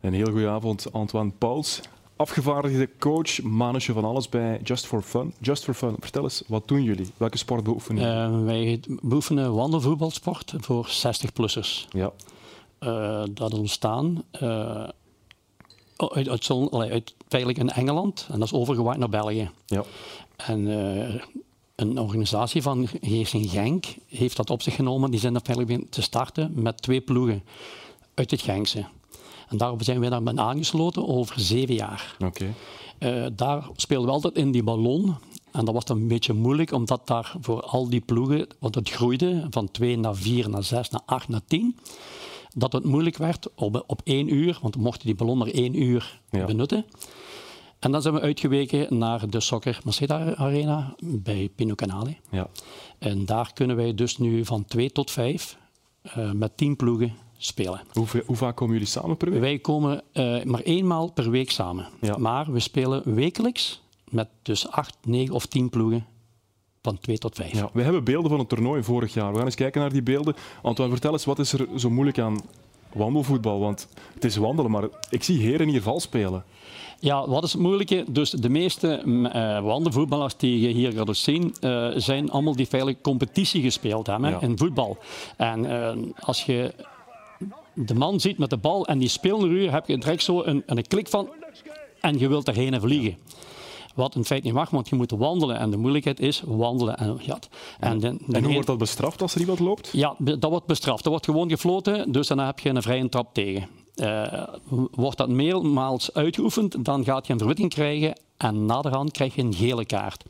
Een heel goede avond, Antoine Pauls. Afgevaardigde coach, manusje van alles bij Just for Fun. Just for Fun, vertel eens, wat doen jullie? Welke sport beoefenen jullie? Wij beoefenen wandelvoetbalsport voor 60-plussers. Ja. Dat ontstaan uit feitelijk in Engeland en dat is overgewaaid naar België. Ja. En een organisatie van Racing Genk heeft dat op zich genomen. Die zijn er feitelijk te starten met 2 ploegen uit het Genkse. En daarop zijn wij daar aangesloten over 7 jaar. Oké. Daar speelden we altijd in die ballon. En dat was dan een beetje moeilijk, omdat daar voor al die ploegen, want het groeide van 2 naar 4, naar 6, naar 8, naar 10, dat het moeilijk werd op 1 uur, want we mochten die ballon maar 1 uur benutten. En dan zijn we uitgeweken naar de Soccer Maceda Arena bij Pino Canale. Ja. En daar kunnen wij dus nu van 2 tot 5 met 10 ploegen spelen. Hoe vaak komen jullie samen per week? Wij komen maar 1 maal per week samen. Ja. Maar we spelen wekelijks met dus 8, 9 of 10 ploegen van 2 tot 5. Ja, we hebben beelden van het toernooi vorig jaar. We gaan eens kijken naar die beelden. Antoine, vertel eens, wat is er zo moeilijk aan wandelvoetbal? Want het is wandelen, maar ik zie heren hier vals spelen. Ja, wat is het moeilijke? Dus de meeste wandelvoetballers die je hier gaat zien, zijn allemaal die feitelijk competitie gespeeld hebben in voetbal. En als je de man ziet met de bal en die speelt naar u, heb je direct zo een klik van en je wilt erheen vliegen. Wat in feite niet mag, want je moet wandelen en de moeilijkheid is wandelen. En hoe wordt dat bestraft als er iemand loopt? Ja, dat wordt bestraft. Dat wordt gewoon gefloten, dus dan heb je een vrije trap tegen. Wordt dat meermaals uitgeoefend, dan gaat je een verwitting krijgen en naderhand krijg je een gele kaart.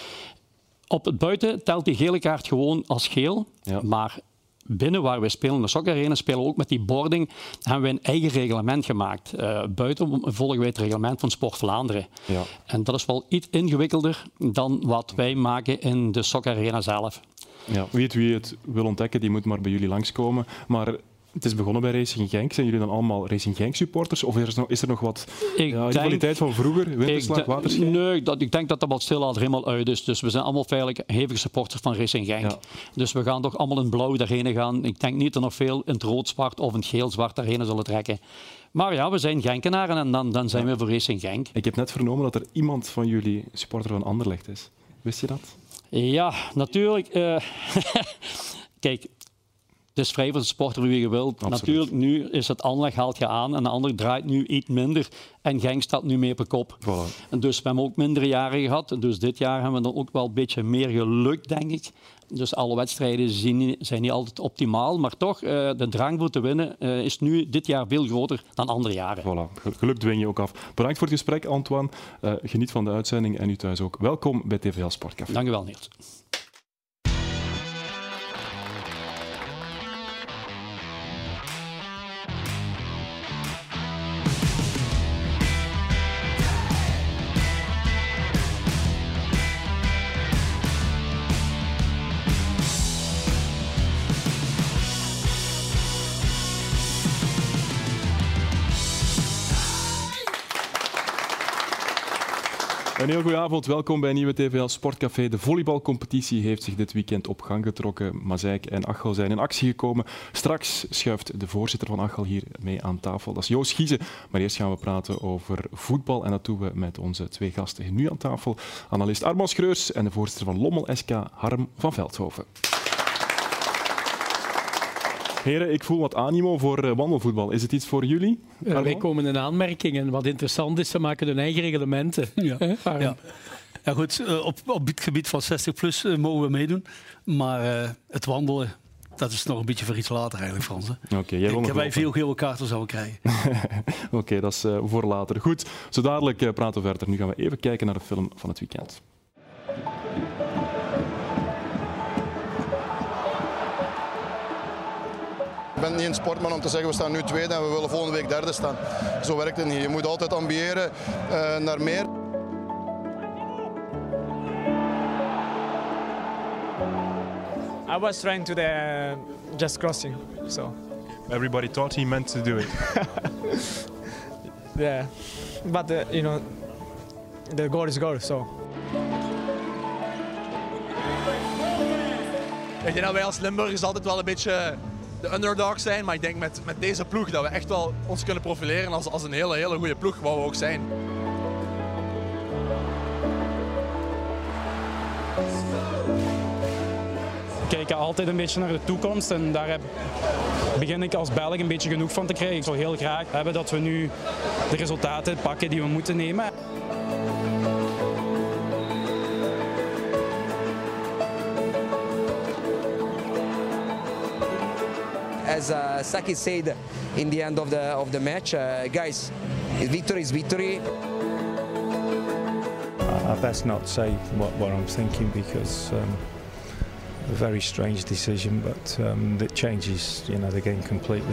Op het buiten telt die gele kaart gewoon als geel, maar binnen waar we spelen, de Soccer Arena, spelen we ook met die boarding, hebben we een eigen reglement gemaakt. Buiten volgen wij het reglement van Sport Vlaanderen. Ja. En dat is wel iets ingewikkelder dan wat wij maken in de Soccer Arena zelf. Ja, wie het wil ontdekken, die moet maar bij jullie langskomen. Maar het is begonnen bij Racing Genk. Zijn jullie dan allemaal Racing Genk supporters? Of is er nog wat rivaliteit van vroeger? Winterslag, Waterschijn? Nee, ik denk dat dat wat stil al helemaal uit is. Dus we zijn allemaal feitelijk hevige supporters van Racing Genk. Ja. Dus we gaan toch allemaal in blauw daarheen gaan. Ik denk niet dat er nog veel in het rood-zwart of in het geel-zwart daarheen zullen trekken. Maar ja, we zijn Genkenaren en dan zijn we voor Racing Genk. Ik heb net vernomen dat er iemand van jullie supporter van Anderlecht is. Wist je dat? Ja, natuurlijk. Kijk. Het is vrij voor de sporter wie je wilt. Absoluut. Natuurlijk, nu is het Anderlecht haalt je aan en de ander draait nu iets minder. En Genk staat nu meer per kop. Voilà. En dus we hebben ook mindere jaren gehad. Dus dit jaar hebben we dan ook wel een beetje meer geluk, denk ik. Dus alle wedstrijden zijn niet altijd optimaal. Maar toch, de drang voor te winnen is nu dit jaar veel groter dan andere jaren. Voilà. Geluk dwing je ook af. Bedankt voor het gesprek, Antoine. Geniet van de uitzending en u thuis ook. Welkom bij TVL Sportcafé. Dank u wel, Niels. Een heel goede avond, welkom bij Nieuwe TVL Sportcafé. De volleybalcompetitie heeft zich dit weekend op gang getrokken. Mazeik en Achel zijn in actie gekomen. Straks schuift de voorzitter van Achel hier mee aan tafel. Dat is Joost Giese. Maar eerst gaan we praten over voetbal. En dat doen we met onze 2 gasten nu aan tafel. Analist Armand Schreurs en de voorzitter van Lommel SK, Harm van Veldhoven. Heren, ik voel wat animo voor wandelvoetbal. Is het iets voor jullie? Wij komen in aanmerking en wat interessant is, ze maken hun eigen reglementen. Ja. Ja, goed, op het gebied van 60-plus mogen we meedoen. Maar het wandelen, dat is nog een beetje voor iets later eigenlijk, Frans. Okay, ik denk dat wij veel gele kaarten zouden krijgen. Oké, dat is voor later. Goed, zo dadelijk praten we verder. Nu gaan we even kijken naar de film van het weekend. Ik ben niet een sportman om te zeggen we staan nu tweede en we willen volgende week derde staan. Zo werkt het niet. Je moet altijd ambiëren naar meer. I was trying to the just crossing, so. Everybody thought he meant to do it. Yeah, but you know, the goal is goal, so. Ik denk dat wij als Limburgers altijd wel een beetje de underdog zijn. Maar ik denk met deze ploeg dat we echt wel ons kunnen profileren als een hele goede ploeg, wat we ook zijn. We kijken altijd een beetje naar de toekomst en daar begin ik als Belg een beetje genoeg van te krijgen. Ik zou heel graag hebben dat we nu de resultaten pakken die we moeten nemen. As Saki said in the end of the match, guys, victory is victory. I best not say what I'm thinking because a very strange decision, but it changes, the game completely.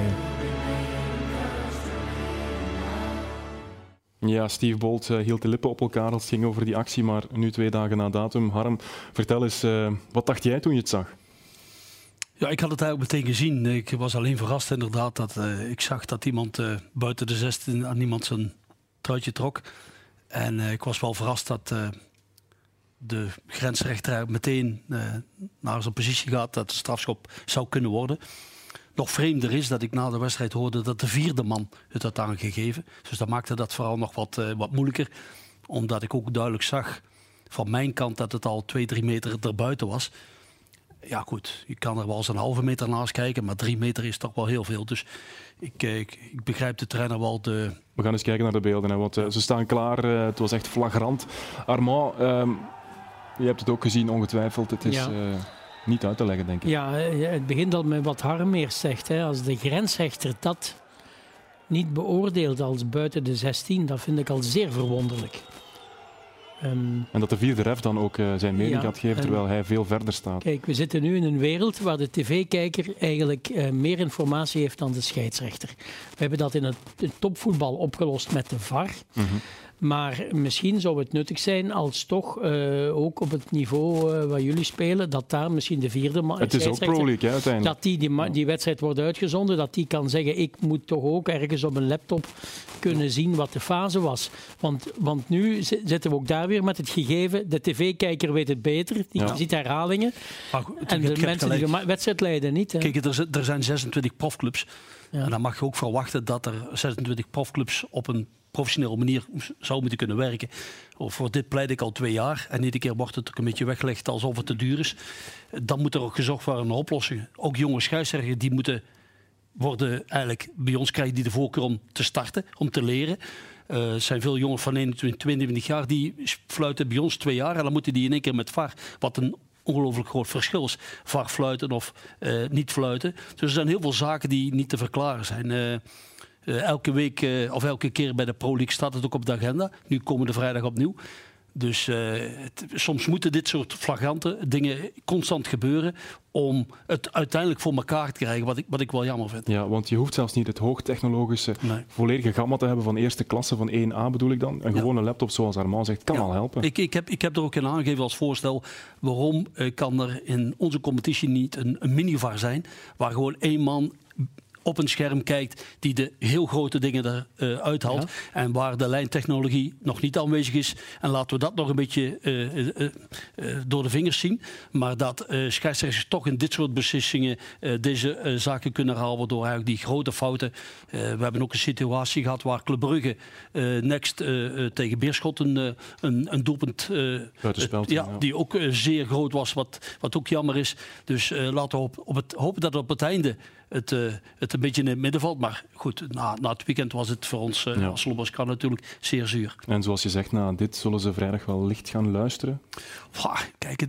Ja, Steve Bolt hield de lippen op elkaar als het ging over die actie, maar nu 2 dagen na datum. Harm, vertel eens, wat dacht jij toen je het zag? Ja, ik had het eigenlijk meteen gezien. Ik was alleen verrast inderdaad dat ik zag dat iemand buiten de 16 aan iemand zijn truitje trok. En ik was wel verrast dat de grensrechter meteen naar zijn positie gaat, dat de strafschop zou kunnen worden. Nog vreemder is dat ik na de wedstrijd hoorde dat de 4e man het had aangegeven. Dus dat maakte dat vooral nog wat moeilijker. Omdat ik ook duidelijk zag van mijn kant dat het al 2-3 meter erbuiten was. Ja goed, je kan er wel eens een halve meter naast kijken, maar 3 meter is toch wel heel veel. Dus ik begrijp de trainer wel. We gaan eens kijken naar de beelden, hè, want ze staan klaar. Het was echt flagrant. Armand, je hebt het ook gezien ongetwijfeld. Het is niet uit te leggen, denk ik. Ja, het begint al met wat Harm eerst zegt. Hè. Als de grensrechter dat niet beoordeelt als buiten de 16, dat vind ik al zeer verwonderlijk. En dat de 4e ref dan ook zijn mening gaat geven, terwijl hij veel verder staat. Kijk, we zitten nu in een wereld waar de tv-kijker eigenlijk meer informatie heeft dan de scheidsrechter. We hebben dat in het topvoetbal opgelost met de VAR. Mm-hmm. Maar misschien zou het nuttig zijn als toch ook op het niveau waar jullie spelen, dat daar misschien de 4e man... Het is ook Pro League, hè, uiteindelijk. Dat die wedstrijd wordt uitgezonden, dat die kan zeggen, ik moet toch ook ergens op een laptop kunnen zien wat de fase was. Want nu zitten we ook daar weer met het gegeven, de tv-kijker weet het beter, die ziet herhalingen. En de mensen die de wedstrijd leiden niet. Hè. Kijk, er zijn 26 profclubs. Ja. En dan mag je ook verwachten dat er 26 profclubs op een professionele manier zou moeten kunnen werken. Voor dit pleit ik al 2 jaar. En iedere keer wordt het ook een beetje weggelegd alsof het te duur is. Dan moet er ook gezocht worden naar oplossingen. Ook jonge scheidsrechters die moeten worden eigenlijk bij ons krijgen die de voorkeur om te starten, om te leren. Er zijn veel jongens van 21, 22 jaar die fluiten bij ons 2 jaar en dan moeten die in één keer met VAR, wat een ongelooflijk groot verschil is. VAR fluiten of niet fluiten. Dus er zijn heel veel zaken die niet te verklaren zijn. Elke week of elke keer bij de Pro League staat het ook op de agenda. Nu komende vrijdag opnieuw. Dus soms moeten dit soort flagrante dingen constant gebeuren om het uiteindelijk voor elkaar te krijgen, wat ik wel jammer vind. Ja, want je hoeft zelfs niet het hoogtechnologische volledige gamma te hebben van eerste klasse, van 1A bedoel ik dan. Een gewone laptop, zoals Armand zegt, kan al helpen. Ik heb er ook in aangegeven als voorstel, waarom kan er in onze competitie niet een minivar zijn, waar gewoon 1 man op een scherm kijkt die de heel grote dingen eruit haalt. Ja. En waar de lijntechnologie nog niet aanwezig is. En laten we dat nog een beetje door de vingers zien. Maar dat scheidsrechters toch in dit soort beslissingen deze zaken kunnen halen door eigenlijk die grote fouten. We hebben ook een situatie gehad waar Club Brugge next tegen Beerschot een doelpunt die ook zeer groot was, wat ook jammer is. Dus laten we hopen dat op het einde het een beetje in het midden valt. Maar goed, na het weekend was het voor ons als Loboscan natuurlijk zeer zuur. En zoals je zegt, na dit zullen ze vrijdag wel licht gaan luisteren? Kijk,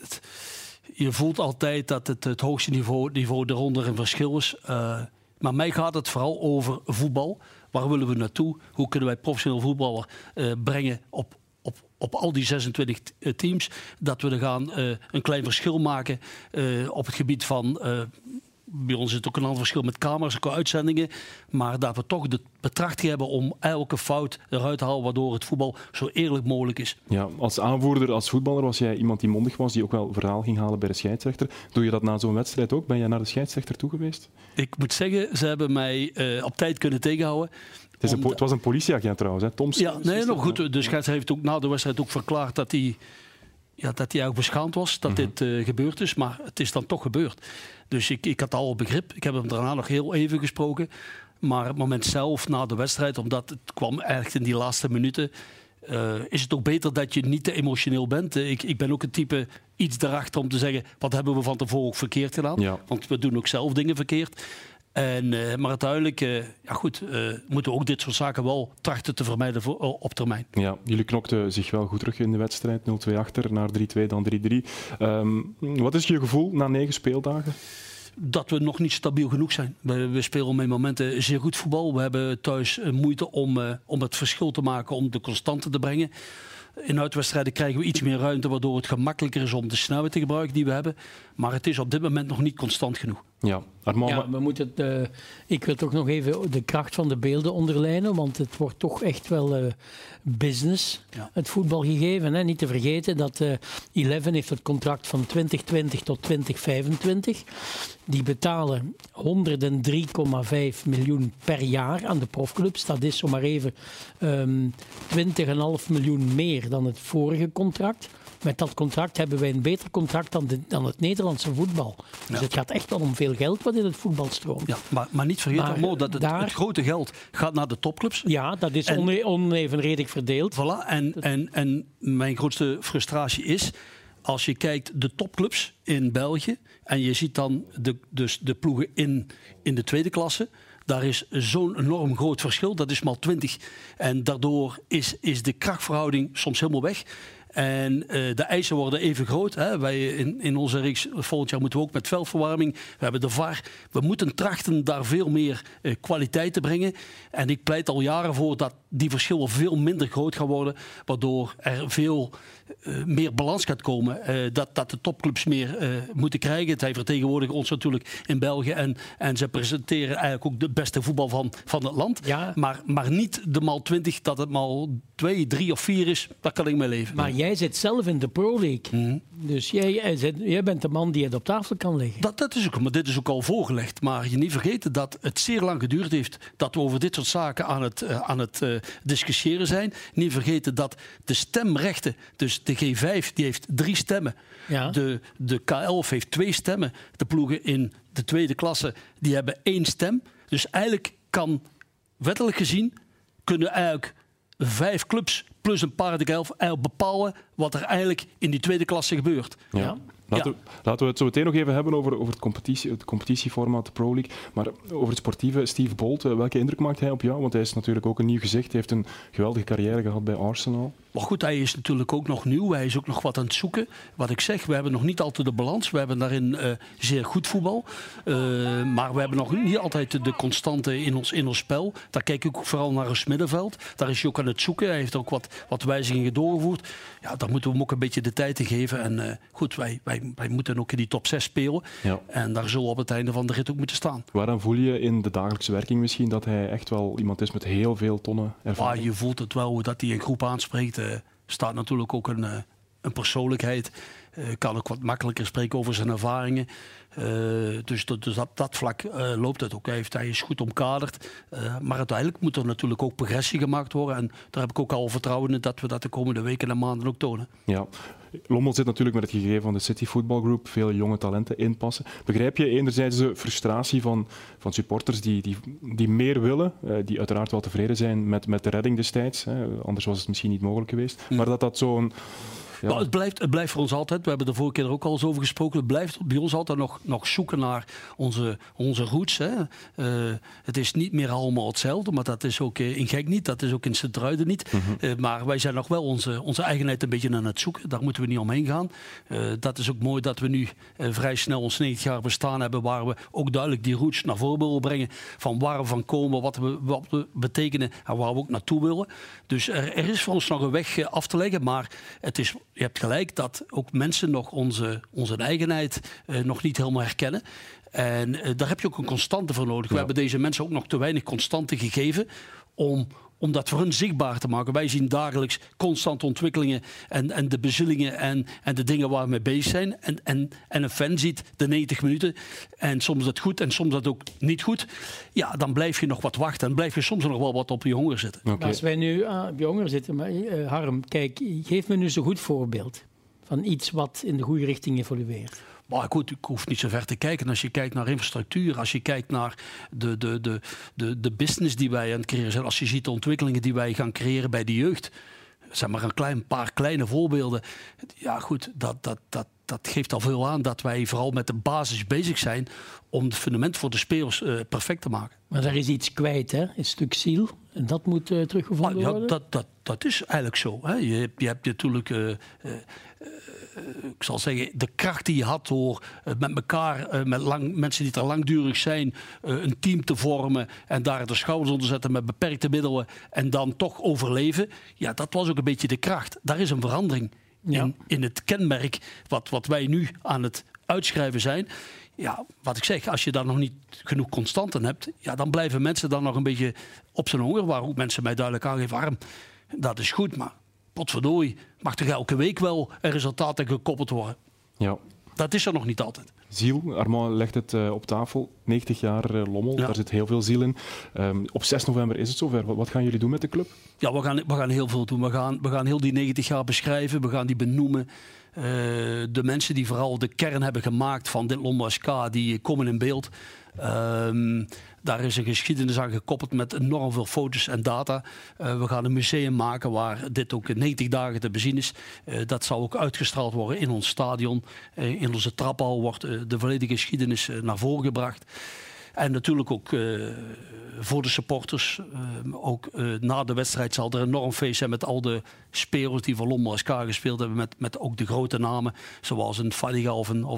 je voelt altijd dat het hoogste niveau eronder een verschil is. Maar mij gaat het vooral over voetbal. Waar willen we naartoe? Hoe kunnen wij professioneel voetballer brengen op al die 26 teams? Dat we er gaan een klein verschil maken op het gebied van... bij ons is het ook een ander verschil met camera's en uitzendingen. Maar dat we toch de betrachting hebben om elke fout eruit te halen, waardoor het voetbal zo eerlijk mogelijk is. Ja, als aanvoerder, als voetballer was jij iemand die mondig was, die ook wel verhaal ging halen bij de scheidsrechter. Doe je dat na zo'n wedstrijd ook? Ben jij naar de scheidsrechter toe geweest? Ik moet zeggen, ze hebben mij op tijd kunnen tegenhouden. Het was een politieagent trouwens, hè? Toms. Ja, nee, nog goed. De scheidsrechter heeft ook na de wedstrijd ook verklaard dat hij dat hij eigenlijk beschaamd was dat dit gebeurd is. Maar het is dan toch gebeurd. Dus ik had al begrip. Ik heb hem daarna nog heel even gesproken. Maar het moment zelf, na de wedstrijd, omdat het kwam eigenlijk in die laatste minuten, is het ook beter dat je niet te emotioneel bent. Ik ben ook het type iets daarachter om te zeggen, wat hebben we van tevoren ook verkeerd gedaan? Ja. Want we doen ook zelf dingen verkeerd. Maar uiteindelijk, moeten we ook dit soort zaken wel trachten te vermijden op termijn. Ja, jullie knokten zich wel goed terug in de wedstrijd. 0-2 achter, naar 3-2, dan 3-3. Wat is je gevoel na 9 speeldagen? Dat we nog niet stabiel genoeg zijn. We spelen met momenten zeer goed voetbal. We hebben thuis moeite om het verschil te maken, om de constante te brengen. In uitwedstrijden krijgen we iets meer ruimte, waardoor het gemakkelijker is om de snelheid te gebruiken die we hebben. Maar het is op dit moment nog niet constant genoeg. Ja, Armand, ja, we moeten ik wil toch nog even de kracht van de beelden onderlijnen, want het wordt toch echt wel business, het voetbal gegeven. Hè? Niet te vergeten dat Eleven heeft het contract van 2020 tot 2025. Die betalen 103,5 miljoen per jaar aan de profclubs. Dat is zomaar even 20,5 miljoen meer dan het vorige contract. Met dat contract hebben wij een beter contract dan het Nederlandse voetbal. Dus het gaat echt wel om veel geld wat in het voetbal stroomt. Ja, maar niet vergeten dat het grote geld gaat naar de topclubs. Ja, dat is onevenredig verdeeld. Voilà. En mijn grootste frustratie is, als je kijkt de topclubs in België en je ziet dan de ploegen in de tweede klasse. Daar is zo'n enorm groot verschil. Dat is maal 20. En daardoor is de krachtverhouding soms helemaal weg. En de eisen worden even groot. Hè. Wij in onze reeks volgend jaar moeten we ook met veldverwarming. We hebben de VAR. We moeten trachten daar veel meer kwaliteit te brengen. En ik pleit al jaren voor dat die verschillen veel minder groot gaan worden. Waardoor er veel meer balans gaat komen. Dat de topclubs meer moeten krijgen. Zij vertegenwoordigen ons natuurlijk in België. En ze presenteren eigenlijk ook de beste voetbal van het land. Ja. Maar niet de maal 20, dat het maal 2, 3 of 4 is. Daar kan ik mee leven. Maar jij zit zelf in de Pro League. Dus jij bent de man die het op tafel kan leggen. Dat is ook, maar dit is ook al voorgelegd. Maar je niet vergeten dat het zeer lang geduurd heeft dat we over dit soort zaken aan het discussiëren zijn. Niet vergeten dat de stemrechten, dus de G5 die heeft 3 stemmen. Ja. De K11 heeft 2 stemmen. De ploegen in de tweede klasse die hebben 1 stem. Dus eigenlijk kan, wettelijk gezien, kunnen eigenlijk 5 clubs plus een paar de K11 eigenlijk bepalen wat er eigenlijk in die tweede klasse gebeurt. Ja. Laten we het zo meteen nog even hebben over het competitieformaat, de Pro League. Maar over het sportieve, Steve Bolt, welke indruk maakt hij op jou? Want hij is natuurlijk ook een nieuw gezicht. Hij heeft een geweldige carrière gehad bij Arsenal. Maar goed, hij is natuurlijk ook nog nieuw. Hij is ook nog wat aan het zoeken. Wat ik zeg, we hebben nog niet altijd de balans. We hebben daarin zeer goed voetbal. Maar we hebben nog niet altijd de constante in ons spel. Daar kijk ik ook vooral naar ons middenveld. Daar is hij ook aan het zoeken. Hij heeft ook wat wijzigingen doorgevoerd. Ja, daar moeten we hem ook een beetje de tijd in geven. En goed, wij moeten ook in die top 6 spelen. Ja. En daar zullen we op het einde van de rit ook moeten staan. Waaraan voel je in de dagelijkse werking misschien dat hij echt wel iemand is met heel veel tonnen ervaring? Je voelt het wel, dat hij een groep aanspreekt. Staat natuurlijk ook een persoonlijkheid. Kan ook wat makkelijker spreken over zijn ervaringen. Dus op dat vlak loopt het ook. Hij is goed omkaderd. Maar uiteindelijk moet er natuurlijk ook progressie gemaakt worden. En daar heb ik ook al vertrouwen in dat we dat de komende weken en maanden ook tonen. Ja. Lommel zit natuurlijk met het gegeven van de City Football Group. Veel jonge talenten inpassen. Begrijp je enerzijds de frustratie van supporters die meer willen, die uiteraard wel tevreden zijn met de redding destijds. Anders was het misschien niet mogelijk geweest. Maar dat zo'n... Ja. Nou, het blijft voor ons altijd, we hebben de vorige keer er ook al eens over gesproken, het blijft bij ons altijd nog zoeken naar onze roots. Hè. Het is niet meer allemaal hetzelfde, maar dat is ook in Genk niet, dat is ook in Sint-Truiden niet. Maar wij zijn nog wel onze eigenheid een beetje aan het zoeken, daar moeten we niet omheen gaan. Dat is ook mooi dat we nu vrij snel ons 90 jaar bestaan hebben, waar we ook duidelijk die roots naar voren willen brengen, van waar we van komen, wat we betekenen en waar we ook naartoe willen. Dus er is voor ons nog een weg af te leggen, maar het is... Je hebt gelijk dat ook mensen nog onze eigenheid nog niet helemaal herkennen. En daar heb je ook een constante voor nodig. Ja. We hebben deze mensen ook nog te weinig constante gegeven om dat voor hun zichtbaar te maken. Wij zien dagelijks constante ontwikkelingen en de bezielingen en de dingen waar we mee bezig zijn. En een fan ziet de 90 minuten en soms dat goed en soms dat ook niet goed. Ja, dan blijf je nog wat wachten en blijf je soms nog wel wat op je honger zitten. Okay. Als wij nu op je honger zitten, Harm, kijk, geef me nu zo'n goed voorbeeld. van iets wat in de goede richting evolueert. Maar goed, ik hoef niet zo ver te kijken. Als je kijkt naar infrastructuur, als je kijkt naar de business die wij aan het creëren zijn, als je ziet de ontwikkelingen die wij gaan creëren bij de jeugd, zeg maar een paar kleine voorbeelden. Ja goed, dat geeft al veel aan dat wij vooral met de basis bezig zijn om het fundament voor de spelers perfect te maken. Maar daar is iets kwijt, hè? Een stuk ziel. En dat moet teruggevonden worden? Dat is eigenlijk zo. Hè? Je hebt natuurlijk... ik zal zeggen, de kracht die je had door met elkaar, mensen die er langdurig zijn, een team te vormen en daar de schouders onder zetten met beperkte middelen en dan toch overleven. Ja, dat was ook een beetje de kracht. Daar is een verandering in het kenmerk wat wij nu aan het uitschrijven zijn. Ja, wat ik zeg, als je daar nog niet genoeg constanten hebt, ja, dan blijven mensen dan nog een beetje op zijn honger, waar ook mensen mij duidelijk aangeven, Harm, dat is goed, maar potverdorie, mag toch elke week wel een resultaat aan gekoppeld worden? Ja. Dat is er nog niet altijd. Ziel, Armand legt het op tafel. 90 jaar Lommel, daar zit heel veel ziel in. Op 6 november is het zover. Wat gaan jullie doen met de club? Ja, we gaan heel veel doen. We gaan heel die 90 jaar beschrijven. We gaan die benoemen. De mensen die vooral de kern hebben gemaakt van dit Lommel SK, die komen in beeld. Daar is een geschiedenis aan gekoppeld met enorm veel foto's en data. We gaan een museum maken waar dit ook in 90 dagen te bezien is. Dat zal ook uitgestraald worden in ons stadion. In onze traphal wordt de volledige geschiedenis naar voren gebracht. En natuurlijk ook voor de supporters. Ook na de wedstrijd zal er een enorm feest zijn met al de spelers die voor Lommel SK gespeeld hebben. Met ook de grote namen. Zoals een Fadiga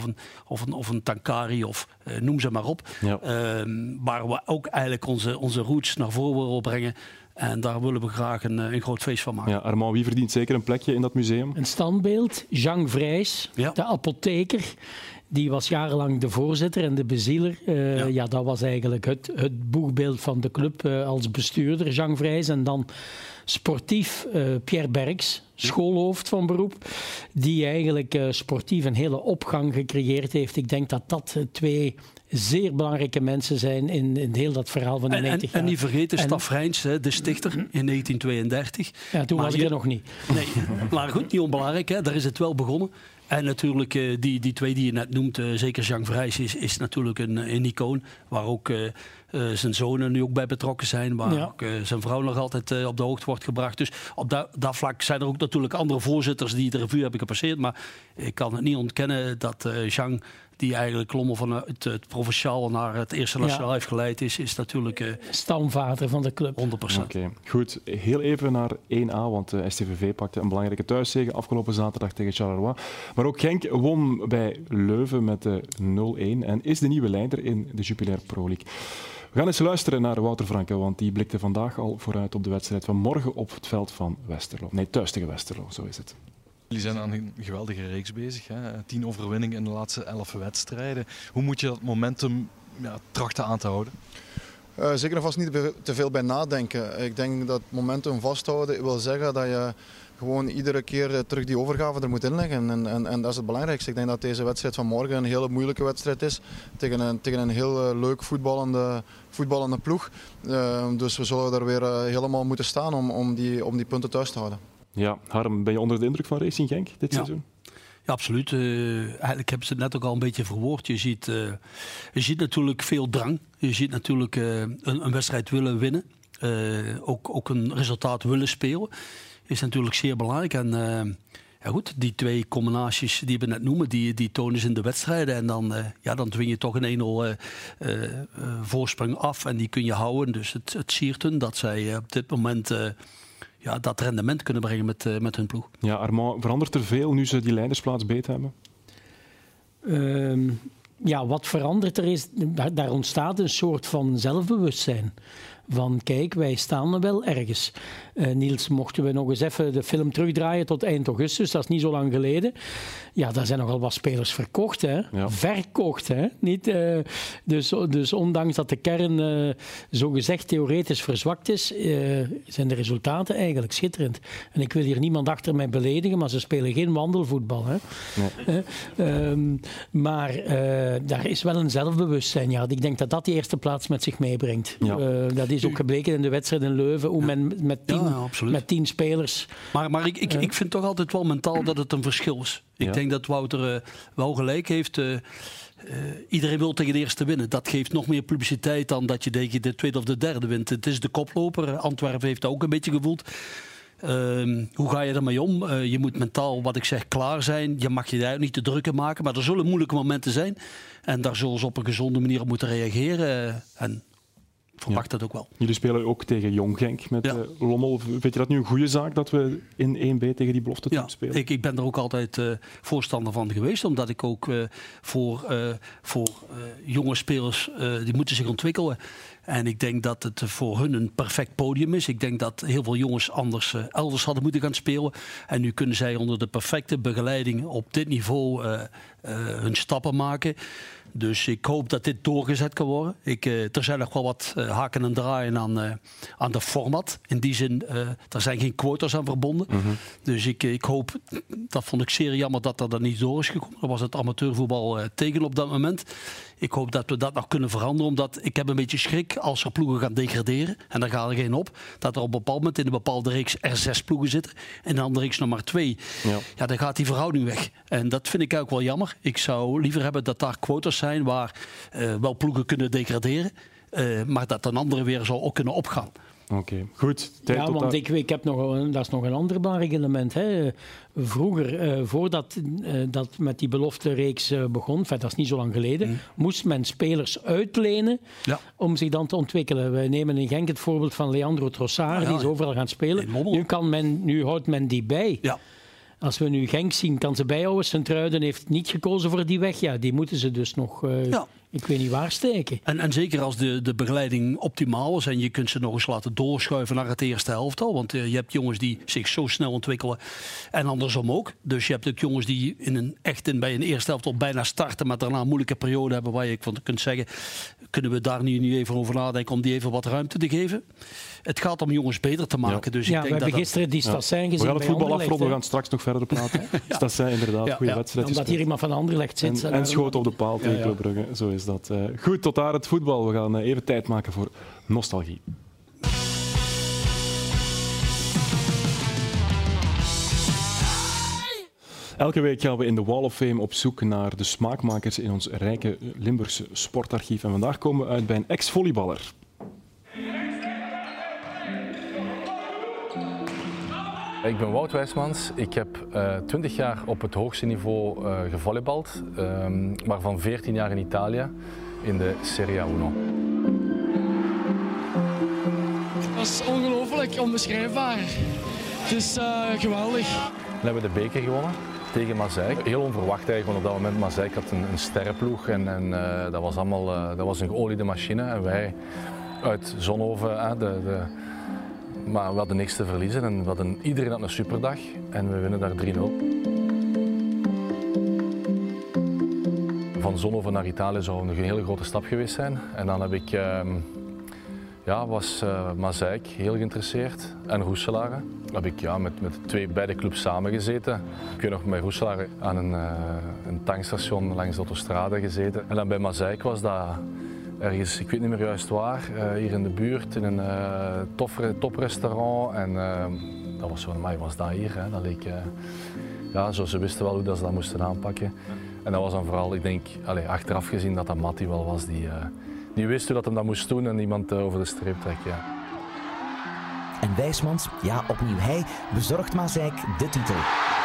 of een Tankari of noem ze maar op. Ja. Waar we ook eigenlijk onze roots naar voren willen brengen. En daar willen we graag een groot feest van maken. Ja, Armand, wie verdient zeker een plekje in dat museum? Een standbeeld. Jean Vrijs, de apotheker. Die was jarenlang de voorzitter en de bezieler. Dat was eigenlijk het boegbeeld van de club als bestuurder, Jean Vrijs. En dan sportief Pierre Berks, schoolhoofd van beroep. Die eigenlijk sportief een hele opgang gecreëerd heeft. Ik denk dat dat twee zeer belangrijke mensen zijn in heel dat verhaal van de 90 jaar. En niet vergeten, Staf Rijns, de stichter in 1932. Ja, toen was ik er nog niet. Nee, maar goed, niet onbelangrijk. Hè. Daar is het wel begonnen. En natuurlijk die twee die je net noemt, zeker Jean Vrijs is natuurlijk een icoon. Waar ook zijn zonen nu ook bij betrokken zijn. Waar ook zijn vrouw nog altijd op de hoogte wordt gebracht. Dus op dat vlak zijn er ook natuurlijk andere voorzitters die de revue hebben gepasseerd. Maar ik kan het niet ontkennen dat Jean, die eigenlijk Lommel vanuit het provinciaal naar het eerste nationaal heeft geleid, is natuurlijk stamvader van de club. 100%. Oké, goed. Heel even naar 1A, want STVV pakte een belangrijke thuiszege afgelopen zaterdag tegen Charleroi. Maar ook Genk won bij Leuven met 0-1 en is de nieuwe leider in de Jupiler Pro League. We gaan eens luisteren naar Wouter Franke, want die blikte vandaag al vooruit op de wedstrijd van morgen op het veld van Westerlo. Nee, thuis tegen Westerlo, zo is het. Jullie zijn aan een geweldige reeks bezig. Hè? 10 overwinningen in de laatste 11 wedstrijden. Hoe moet je dat momentum trachten aan te houden? Zeker en vast niet te veel bij nadenken. Ik denk dat momentum vasthouden wil zeggen dat je gewoon iedere keer terug die overgave er moet inleggen. En dat is het belangrijkste. Ik denk dat deze wedstrijd van morgen een hele moeilijke wedstrijd is. Tegen een heel leuk voetballende ploeg. Dus we zullen daar weer helemaal moeten staan om die punten thuis te houden. Ja, Harm, ben je onder de indruk van Racing Genk dit seizoen? Ja, absoluut. Eigenlijk hebben ze het net ook al een beetje verwoord. Je ziet natuurlijk veel drang. Je ziet natuurlijk een wedstrijd willen winnen. Ook een resultaat willen spelen. Is natuurlijk zeer belangrijk. En goed, die twee combinaties die we net noemen, die tonen ze in de wedstrijden. En dan dwing je toch een 1-0 voorsprong af. En die kun je houden. Dus het siert hun dat zij op dit moment dat rendement kunnen brengen met hun ploeg. Ja, Armand, verandert er veel nu ze die leidersplaats beet hebben? Wat verandert er is, daar ontstaat een soort van zelfbewustzijn. Van kijk, wij staan er wel ergens. Niels, mochten we nog eens even de film terugdraaien tot eind augustus, dat is niet zo lang geleden. Ja, daar zijn nogal wat spelers verkocht. Hè? Ja. Verkocht, hè? Niet, dus ondanks dat de kern zogezegd theoretisch verzwakt is, zijn de resultaten eigenlijk schitterend. En ik wil hier niemand achter mij beledigen, maar ze spelen geen wandelvoetbal. Hè? Nee. Maar daar is wel een zelfbewustzijn. Ja. Ik denk dat dat die eerste plaats met zich meebrengt. Ja. Dat is ook gebleken in de wedstrijd in Leuven, hoe men met 10 spelers... Maar ik vind toch altijd wel mentaal dat het een verschil is. Ik denk dat Wouter wel gelijk heeft. Iedereen wil tegen de eerste winnen. Dat geeft nog meer publiciteit dan dat je tegen de tweede of de derde wint. Het is de koploper. Antwerpen heeft dat ook een beetje gevoeld. Hoe ga je ermee om? Je moet mentaal, wat ik zeg, klaar zijn. Je mag je daar niet te drukker maken. Maar er zullen moeilijke momenten zijn. En daar zullen ze op een gezonde manier op moeten reageren. En verwacht dat ook wel. Jullie spelen ook tegen Jong Genk met Lommel. Vind je dat nu een goede zaak dat we in 1B tegen die belofte team spelen? Ik ben er ook altijd voorstander van geweest. Omdat ik ook voor jonge spelers, die moeten zich ontwikkelen. En ik denk dat het voor hun een perfect podium is. Ik denk dat heel veel jongens elders hadden moeten gaan spelen. En nu kunnen zij onder de perfecte begeleiding op dit niveau hun stappen maken. Dus ik hoop dat dit doorgezet kan worden. Er zijn nog wel wat haken en draaien aan de format. In die zin, er zijn geen quotas aan verbonden. Dus ik hoop, dat vond ik zeer jammer dat dat niet door is gekomen. Daar was het amateurvoetbal tegen op dat moment. Ik hoop dat we dat nog kunnen veranderen. Omdat ik heb een beetje schrik als er ploegen gaan degraderen. En daar gaat er geen op. Dat er op een bepaald moment in een bepaalde reeks er 6 ploegen zitten. En in de andere reeks nog maar 2. Ja, dan gaat die verhouding weg. En dat vind ik ook wel jammer. Ik zou liever hebben dat daar quotas zijn waar wel ploegen kunnen degraderen. Maar dat een andere weer zou ook kunnen opgaan. Oké, goed. Want ik heb dat is nog een ander belangrijk element. Hè. Vroeger, voordat dat met die beloftereeks begon, dat is niet zo lang geleden, moest men spelers uitlenen om zich dan te ontwikkelen. We nemen in Genk het voorbeeld van Leandro Trossard, die is overal gaan spelen. Nu houdt men die bij. Ja. Als we nu Genk zien, kan ze bijhouden. Sint-Truiden heeft niet gekozen voor die weg. Ja, die moeten ze dus nog, ik weet niet waar, steken. En zeker als de begeleiding optimaal is en je kunt ze nog eens laten doorschuiven naar het eerste helftal. Want je hebt jongens die zich zo snel ontwikkelen en andersom ook. Dus je hebt ook jongens die bij een eerste helftal bijna starten, maar daarna een moeilijke periode hebben waar je van kunt zeggen, kunnen we daar nu even over nadenken om die even wat ruimte te geven. Het gaat om jongens beter te maken. Dus ik denk we hebben gisteren die Stassin gezien. We gaan het voetbal afronden, we gaan straks nog verder praten. Stassin, inderdaad, goede wedstrijd. Omdat hier iemand van Anderlecht zit. En schoot op de paal tegen Club Brugge, zo is dat. Goed, tot daar het voetbal. We gaan even tijd maken voor nostalgie. Elke week gaan we in de Wall of Fame op zoek naar de smaakmakers in ons rijke Limburgse sportarchief. En vandaag komen we uit bij een ex-volleyballer. Ik ben Wout Wijsmans. Ik heb 20 jaar op het hoogste niveau gevolleybald, waarvan 14 jaar in Italië in de Serie A Uno. Dat is ongelooflijk, onbeschrijfbaar. Het is geweldig. We hebben de beker gewonnen tegen Maaseik. Heel onverwacht eigenlijk, want op dat moment Maaseik had een sterrenploeg en dat was allemaal dat was een geoliede machine. En wij uit Zonhoven, maar we hadden niks te verliezen en iedereen had een superdag en we winnen daar 3-0. Van Zonhoven naar Italië zou nog een hele grote stap geweest zijn. En dan was Maaseik heel geïnteresseerd en Roeselare. Heb ik met beide clubs samengezeten. Ik weet nog met Roeselare aan een tankstation langs de autostrade gezeten. En dan bij Maaseik was dat ergens, ik weet niet meer juist waar, hier in de buurt, in een toprestaurant. En dat was zo, maar was dat hier? Hè? Dat leek, ze wisten wel hoe ze dat moesten aanpakken. En dat was dan vooral, ik denk, achteraf gezien dat Matti wel was die wist hoe dat hem dat moest doen en iemand over de streep trekken. Ja. En Wijsmans, opnieuw hij, bezorgt Maaseik de titel.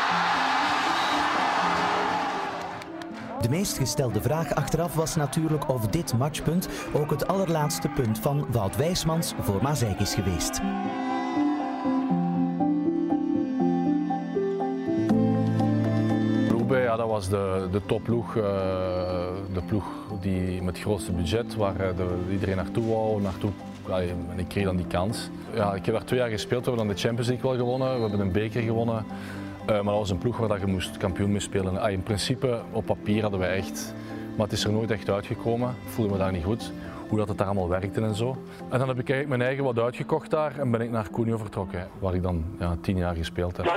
De meest gestelde vraag achteraf was natuurlijk of dit matchpunt ook het allerlaatste punt van Wout Wijsmans voor Maaseik is geweest. Ja, dat was de topploeg, de ploeg die met het grootste budget, waar iedereen naartoe wou. En ik kreeg dan die kans. Ja, ik heb daar 2 jaar gespeeld, we hebben dan de Champions League wel gewonnen, we hebben een beker gewonnen. Maar dat was een ploeg waar je moest kampioen mee spelen. In principe, op papier hadden wij echt, maar het is er nooit echt uitgekomen. Ik voelde me daar niet goed, hoe het daar allemaal werkte en zo. En dan heb ik eigenlijk mijn eigen wat uitgekocht daar en ben ik naar Cuneo vertrokken, waar ik dan 10 jaar gespeeld heb.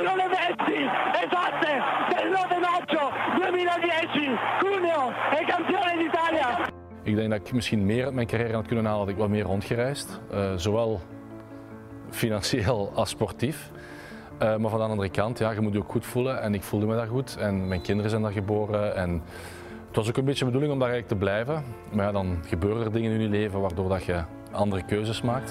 Esatte del 9 maggio 2010, Cuneo è campione d'Italia. Ik denk dat ik misschien meer uit mijn carrière had kunnen halen had ik wat meer rondgereisd. Zowel financieel als sportief. Maar van de andere kant, ja, je moet je ook goed voelen en ik voelde me daar goed. En mijn kinderen zijn daar geboren. En het was ook een beetje de bedoeling om daar eigenlijk te blijven. Maar ja, dan gebeuren er dingen in je leven waardoor dat je andere keuzes maakt.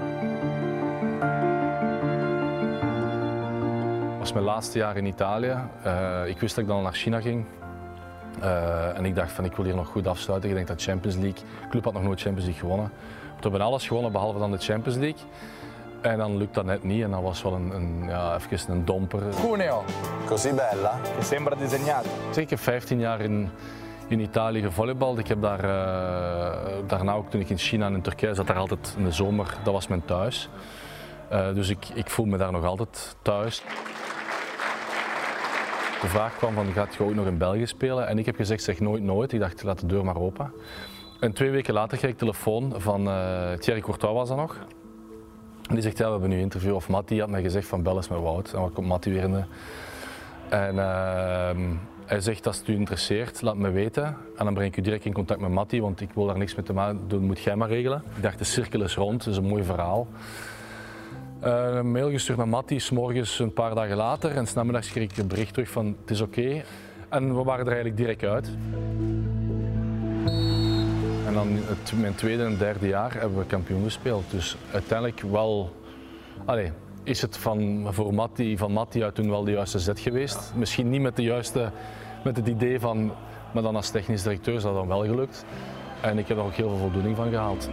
Het was mijn laatste jaar in Italië. Ik wist dat ik dan naar China ging. En ik dacht van ik wil hier nog goed afsluiten. Ik denk dat Champions League, de club had nog nooit Champions League gewonnen. We hebben alles gewonnen behalve dan de Champions League. En dan lukt dat net niet en dat was wel even een domper. Cuneo, così bella, che sembra disegnato. Ik heb 15 jaar in Italië gevolleybald. Ik heb daarna ook toen ik in China en in Turkije zat daar altijd in de zomer, dat was mijn thuis. Dus ik voel me daar nog altijd thuis. De vraag kwam van, gaat je ook nog in België spelen? En ik heb gezegd, zeg nooit. Ik dacht, laat de deur maar open. En 2 weken later kreeg ik telefoon van Thierry Courtois was dat nog. En die zegt, ja, we hebben nu een interview. Of Matti had mij gezegd van, bel eens met Wout. En dan komt Matti weer in de... En hij zegt, als het u interesseert, laat me weten. En dan breng ik u direct in contact met Matti, want ik wil daar niks mee te maken doen, moet jij maar regelen. Ik dacht, de cirkel is rond, dat is een mooi verhaal. Een mail gestuurd naar Matti, 's morgens een paar dagen later. En 's namiddags kreeg ik een bericht terug van, het is oké. En we waren er eigenlijk direct uit. En dan mijn tweede en derde jaar hebben we kampioen gespeeld. Dus uiteindelijk wel, is het van Matti uit toen wel de juiste zet geweest. Misschien niet met het idee van, maar dan als technisch directeur is dat dan wel gelukt. En ik heb er ook heel veel voldoening van gehaald.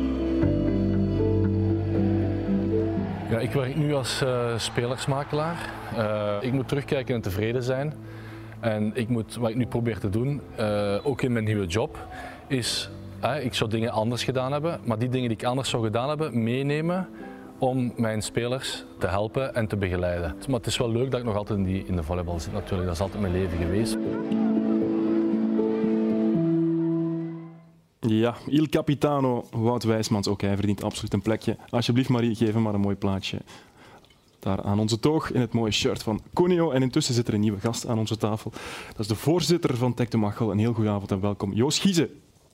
Ja, ik werk nu als spelersmakelaar. Ik moet terugkijken en tevreden zijn. En wat ik nu probeer te doen, ook in mijn nieuwe job, is ik zou dingen anders gedaan hebben, maar die dingen die ik anders zou gedaan hebben, meenemen om mijn spelers te helpen en te begeleiden. Maar het is wel leuk dat ik nog altijd in de volleybal zit natuurlijk, dat is altijd mijn leven geweest. Ja, Il Capitano, Wout Wijsmans, ook hij verdient absoluut een plekje. Alsjeblieft Marie, geef hem maar een mooi plaatje. Daar aan onze toog in het mooie shirt van Cuneo. En intussen zit er een nieuwe gast aan onze tafel. Dat is de voorzitter van Tech de Machel. Een heel goede avond en welkom, Joos Giese.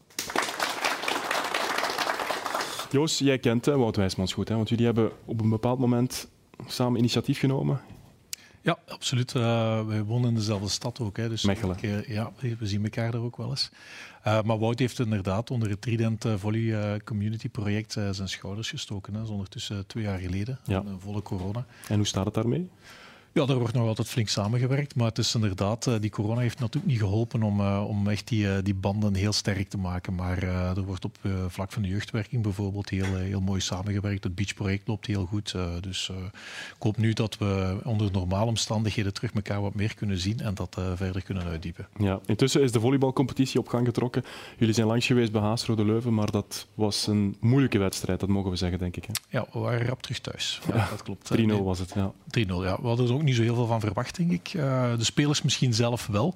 Joos, jij kent Wout Wijsmans goed, hè? Want jullie hebben op een bepaald moment samen initiatief genomen. Ja, absoluut. Wij wonen in dezelfde stad ook. Hè, dus Mechelen. We zien elkaar daar ook wel eens. Maar Wout heeft inderdaad onder het Trident Volley Community project zijn schouders gestoken. Hè. Dat is ondertussen 2 jaar geleden, een volle corona. En hoe staat het daarmee? Ja, daar wordt nog altijd flink samengewerkt, maar het is inderdaad, die corona heeft natuurlijk niet geholpen om echt die banden heel sterk te maken. Maar er wordt op vlak van de jeugdwerking bijvoorbeeld heel mooi samengewerkt. Het beachproject loopt heel goed. Dus ik hoop nu dat we onder normale omstandigheden terug elkaar wat meer kunnen zien en dat verder kunnen uitdiepen. Ja, intussen is de volleybalcompetitie op gang getrokken. Jullie zijn langs geweest bij Haasrode Leuven, maar dat was een moeilijke wedstrijd, dat mogen we zeggen, denk ik. Hè? Ja, we waren rap terug thuis. Ja, dat klopt. 3-0 was het, ja. 3-0, ja. We hadden er ook niet zo heel veel van verwacht, denk ik. De spelers misschien zelf wel.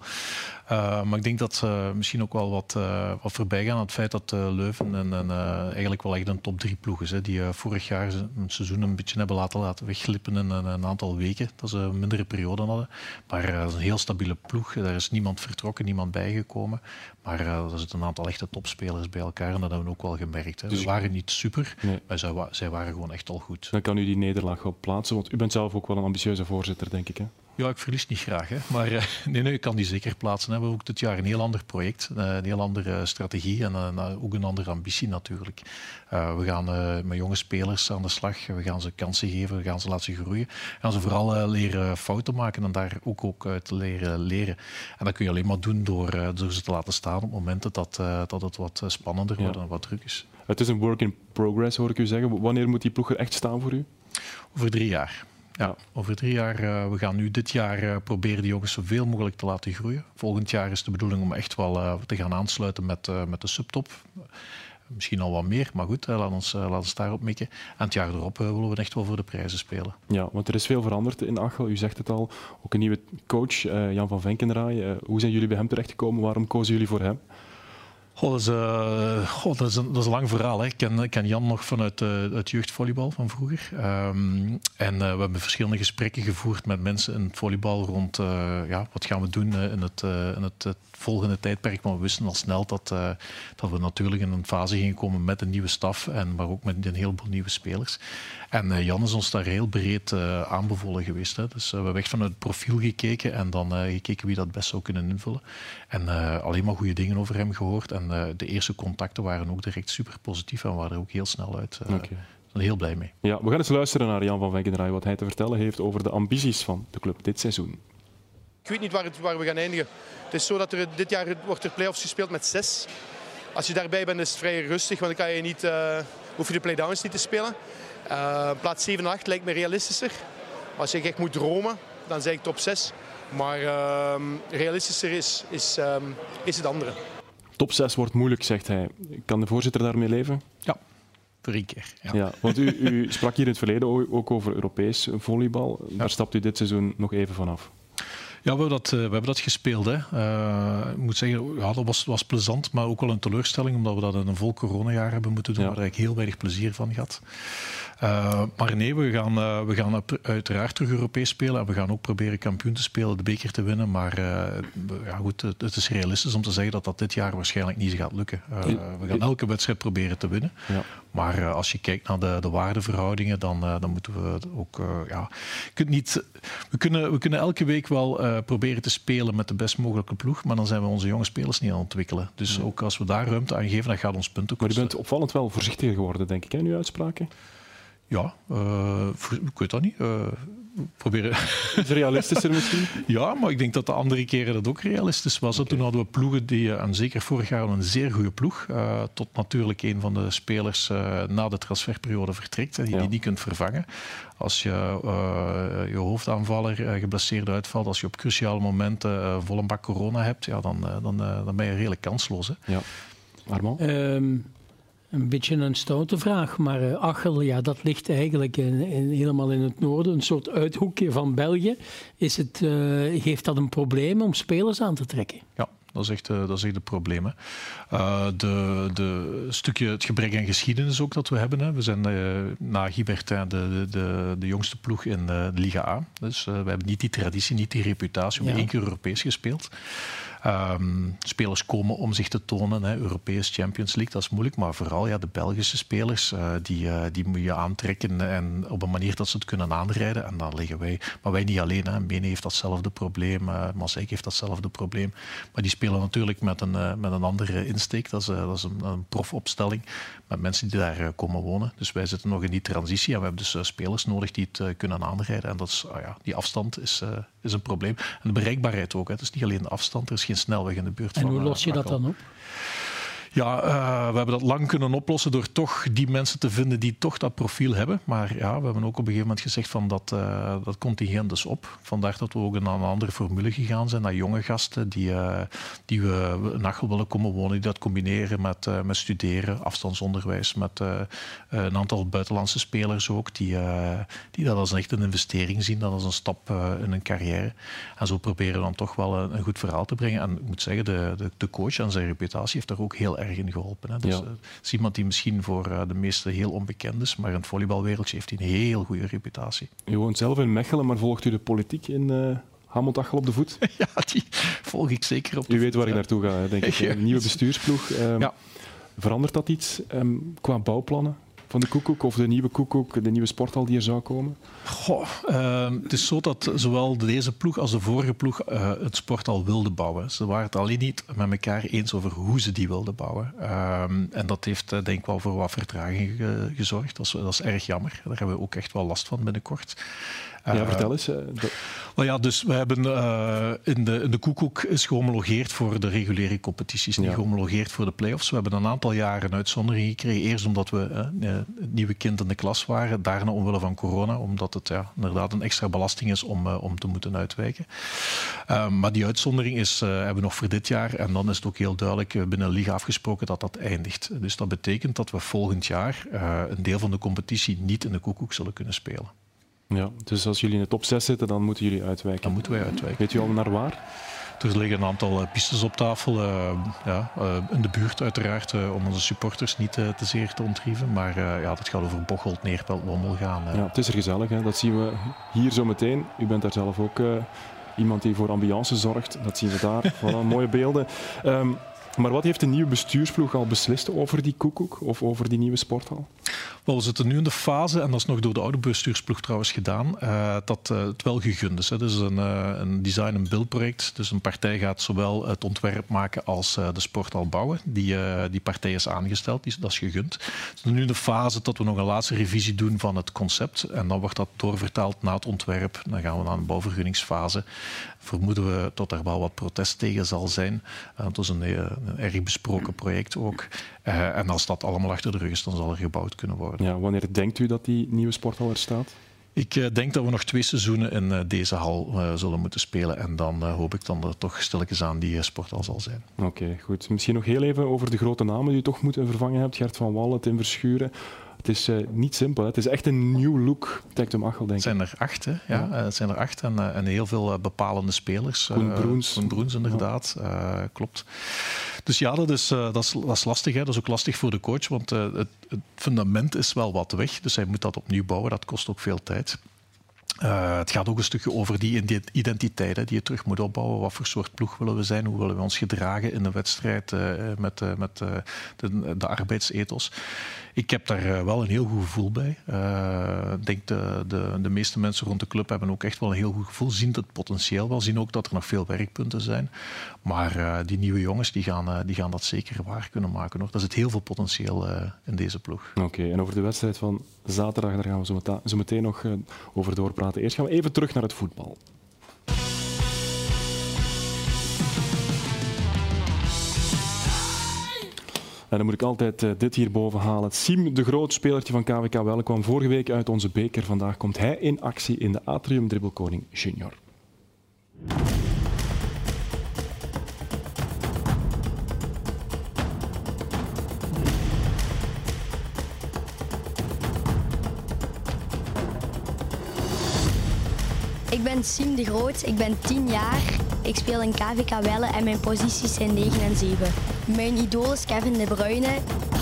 Maar ik denk dat ze misschien ook wel wat voorbij gaan aan het feit dat Leuven eigenlijk wel echt een top 3 ploeg is. Hè, die vorig jaar een seizoen een beetje hebben laten wegglippen in een aantal weken. Dat ze een mindere periode hadden. Maar dat is een heel stabiele ploeg. Daar is niemand vertrokken, niemand bijgekomen. Maar er zitten een aantal echte topspelers bij elkaar en dat hebben we ook wel gemerkt. Hè. Dus ze waren niet super, maar zij waren gewoon echt al goed. Dan kan u die nederlaag wel plaatsen, want u bent zelf ook wel een ambitieuze voorzitter, denk ik. Hè? Ja, ik verlies niet graag. Hè. Maar nee, ik kan die zeker plaatsen. We hebben ook dit jaar een heel ander project, een heel andere strategie en ook een andere ambitie natuurlijk. We gaan met jonge spelers aan de slag, we gaan ze kansen geven, we gaan ze laten groeien. We gaan ze vooral leren fouten maken en daar ook uit leren. En dat kun je alleen maar doen door ze te laten staan op momenten dat het wat spannender wordt en wat druk is. Het is een work in progress, hoor ik u zeggen. Wanneer moet die ploeg er echt staan voor u? Over 3 jaar. Ja, over 3 jaar. We gaan nu dit jaar proberen die jongens zoveel mogelijk te laten groeien. Volgend jaar is de bedoeling om echt wel te gaan aansluiten met de subtop. Misschien al wat meer, maar goed, laat ons daarop mikken. En het jaar erop willen we echt wel voor de prijzen spelen. Ja, want er is veel veranderd in Achel. U zegt het al, ook een nieuwe coach, Jan van Venkenraay. Hoe zijn jullie bij hem terechtgekomen? Waarom kozen jullie voor hem? Dat is een lang verhaal. Hè. Ik ken Jan nog vanuit het jeugdvolleybal van vroeger. En we hebben verschillende gesprekken gevoerd met mensen in het volleybal rond wat gaan we doen in het volgende tijdperk. Maar we wisten al snel dat we natuurlijk in een fase gingen komen met een nieuwe staf, maar ook met een heleboel nieuwe spelers. En Jan is ons daar heel breed aanbevolen geweest. Hè. Dus we hebben echt vanuit het profiel gekeken en dan gekeken wie dat best zou kunnen invullen. En alleen maar goede dingen over hem gehoord. En de eerste contacten waren ook direct super positief en we waren er ook heel snel uit. Ik ben heel blij mee. Ja, we gaan eens luisteren naar Jan van Venkendraai, wat hij te vertellen heeft over de ambities van de club dit seizoen. Ik weet niet waar we gaan eindigen. Het is zo dat dit jaar wordt er play-offs gespeeld met 6. Als je daarbij bent is het vrij rustig, want dan kan je niet, hoef je de play-downs niet te spelen. Plaats 7 en 8 lijkt me realistischer. Als je echt moet dromen, dan zeg ik top 6. Maar realistischer is het andere. Top 6 wordt moeilijk, zegt hij. Kan de voorzitter daarmee leven? Ja, voor 1 keer. Ja, want u sprak hier in het verleden ook over Europees volleybal. Daar stapt u dit seizoen nog even vanaf. Ja, we hebben dat gespeeld. Hè. Ik moet zeggen, dat was plezant, maar ook wel een teleurstelling, omdat we dat in een vol coronajaar hebben moeten doen, waar ik heel weinig plezier van had. Maar nee, we gaan uiteraard terug Europees spelen en we gaan ook proberen kampioen te spelen, de beker te winnen. Maar goed, het is realistisch om te zeggen dat dat dit jaar waarschijnlijk niet gaat lukken. We gaan elke wedstrijd proberen te winnen. Ja. Maar als je kijkt naar de waardeverhoudingen, dan moeten we ook... We kunnen elke week wel proberen te spelen met de best mogelijke ploeg, maar dan zijn we onze jonge spelers niet aan het ontwikkelen. Dus ook als we daar ruimte aan geven, dan gaat ons punten kosten. Maar u bent opvallend wel voorzichtiger geworden, denk ik, hè, in uw uitspraken? Ja, ik weet dat niet. Proberen. Is realistischer misschien? Ja, maar ik denk dat de andere keren dat ook realistisch was. Okay. Toen hadden we ploegen die, en zeker vorig jaar, een zeer goede ploeg. Tot natuurlijk een van de spelers na de transferperiode vertrekt, die je niet kunt vervangen. Als je hoofdaanvaller geblesseerd uitvalt, als je op cruciale momenten volle bak corona hebt, dan ben je redelijk kansloos. Hè? Ja. Armand? Een beetje een stoute vraag, maar Achel, ja, dat ligt eigenlijk helemaal in het noorden, een soort uithoekje van België. Geeft dat een probleem om spelers aan te trekken? Ja. Dat is echt het probleem. Hè. Het gebrek aan geschiedenis ook dat we hebben. Hè. We zijn na Gibertin de jongste ploeg in de Liga A. Dus we hebben niet die traditie, niet die reputatie. We hebben 1 keer Europees gespeeld. Spelers komen om zich te tonen. Hè. Europees Champions League, dat is moeilijk. Maar vooral de Belgische spelers, die moet je aantrekken en op een manier dat ze het kunnen aanrijden. En dan liggen wij. Maar wij niet alleen. Hè. Bene heeft datzelfde probleem. Maaseik heeft datzelfde probleem. Maar die spelen natuurlijk met een andere insteek. Dat is een profopstelling met mensen die daar komen wonen. Dus wij zitten nog in die transitie en we hebben dus spelers nodig die het kunnen aanrijden. En dat is, die afstand is een probleem. En de bereikbaarheid ook. Hè. Het is niet alleen de afstand, er is geen snelweg in de buurt. En hoe los je dat dan op? Ja, we hebben dat lang kunnen oplossen door toch die mensen te vinden die toch dat profiel hebben. Maar ja, we hebben ook op een gegeven moment gezegd van dat contingent dus op. Vandaar dat we ook naar een andere formule gegaan zijn, naar jonge gasten die we in Achel willen komen wonen, die dat combineren met studeren, afstandsonderwijs, met een aantal buitenlandse spelers ook, die dat als echt een investering zien, dat als een stap in een carrière. En zo proberen we dan toch wel een goed verhaal te brengen. En ik moet zeggen, de coach en zijn reputatie heeft daar ook heel erg in geholpen. Hè. Dus, het is iemand die misschien voor de meesten heel onbekend is, maar in het volleybalwereldje heeft hij een heel goede reputatie. U woont zelf in Mechelen, maar volgt u de politiek in Hamont-Achel op de voet? Ja, die volg ik zeker op de voet. U weet waar ik naartoe ga, denk ik. Een nieuwe bestuursploeg. Verandert dat iets qua bouwplannen? Van de Koekoek of de nieuwe Koekoek, de nieuwe sporthal die er zou komen? Het is zo dat zowel deze ploeg als de vorige ploeg het sporthal wilden bouwen. Ze waren het alleen niet met elkaar eens over hoe ze die wilden bouwen. En dat heeft denk ik wel voor wat vertraging gezorgd. Dat is erg jammer. Daar hebben we ook echt wel last van binnenkort. Vertel eens. Dus we hebben in de Koekoek is gehomologeerd voor de reguliere competities, niet gehomologeerd voor de play-offs. We hebben een aantal jaren een uitzondering gekregen. Eerst omdat we het nieuwe kind in de klas waren, daarna omwille van corona, omdat het inderdaad een extra belasting is om te moeten uitwijken. Maar die uitzondering hebben we nog voor dit jaar en dan is het ook heel duidelijk binnen de liga afgesproken dat eindigt. Dus dat betekent dat we volgend jaar een deel van de competitie niet in de Koekoek zullen kunnen spelen. Ja, dus als jullie in de top 6 zitten, dan moeten jullie uitwijken. Dan moeten wij uitwijken. Weet u al naar waar? Er liggen een aantal pistes op tafel, in de buurt uiteraard, om onze supporters niet te zeer te ontrieven. Maar dat gaat over Bocholt, Neerpelt, Lommel gaan. Ja, het is er gezellig, hè. Dat zien we hier zo meteen. U bent daar zelf ook iemand die voor ambiance zorgt. Dat zien we daar. Voilà, mooie beelden. Maar wat heeft de nieuwe bestuursploeg al beslist over die koekoek of over die nieuwe sporthal? Wel, we zitten nu in de fase, en dat is nog door de oude bestuursploeg trouwens gedaan, dat het wel gegund is. Hè. Dus een design- en buildproject. Dus een partij gaat zowel het ontwerp maken als de sporthal bouwen. Die partij is aangesteld, dat is gegund. We zitten nu in de fase dat we nog een laatste revisie doen van het concept. En dan wordt dat doorvertaald naar het ontwerp. Dan gaan we naar een bouwvergunningsfase. Vermoeden we dat er wel wat protest tegen zal zijn. Het is een erg besproken project ook. En als dat allemaal achter de rug is, dan zal er gebouwd kunnen worden. Ja, wanneer denkt u dat die nieuwe sporthal er staat? Ik denk dat we nog 2 seizoenen in deze hal zullen moeten spelen. En dan hoop ik dan dat het toch stilletjes aan die sporthal zal zijn. Oké, goed. Misschien nog heel even over de grote namen die u toch moeten vervangen hebt. Gert van Wallen, Tim Verschuren. Het is niet simpel. Hè. Het is echt een nieuw look, Tectum Achel, denk ik. Het zijn er 8, hè? Ja. Het zijn er 8 en heel veel bepalende spelers. Koen Broens, inderdaad. Klopt. Dus ja, dat is lastig. Hè. Dat is ook lastig voor de coach, want het fundament is wel wat weg. Dus hij moet dat opnieuw bouwen. Dat kost ook veel tijd. Het gaat ook een stukje over die identiteit die je terug moet opbouwen. Wat voor soort ploeg willen we zijn? Hoe willen we ons gedragen in de wedstrijd met de arbeidsethos? Ik heb daar wel een heel goed gevoel bij. Ik denk de meeste mensen rond de club hebben ook echt wel een heel goed gevoel. Zien het potentieel wel. Zien ook dat er nog veel werkpunten zijn. Maar die nieuwe jongens die gaan dat zeker waar kunnen maken. Nog. Er zit heel veel potentieel in deze ploeg. Oké, en over de wedstrijd van zaterdag, daar gaan we zo meteen nog over doorpraten. Eerst gaan we even terug naar het voetbal. En dan moet ik altijd dit hierboven halen. Siem de Groot, spelertje van KVK Welle, kwam vorige week uit onze beker. Vandaag komt hij in actie in de Atrium Dribbelkoning Junior. Ik ben Siem de Groot, ik ben 10 jaar. Ik speel in KVK Welle en mijn posities zijn 9 en 7. Mijn idool is Kevin De Bruyne.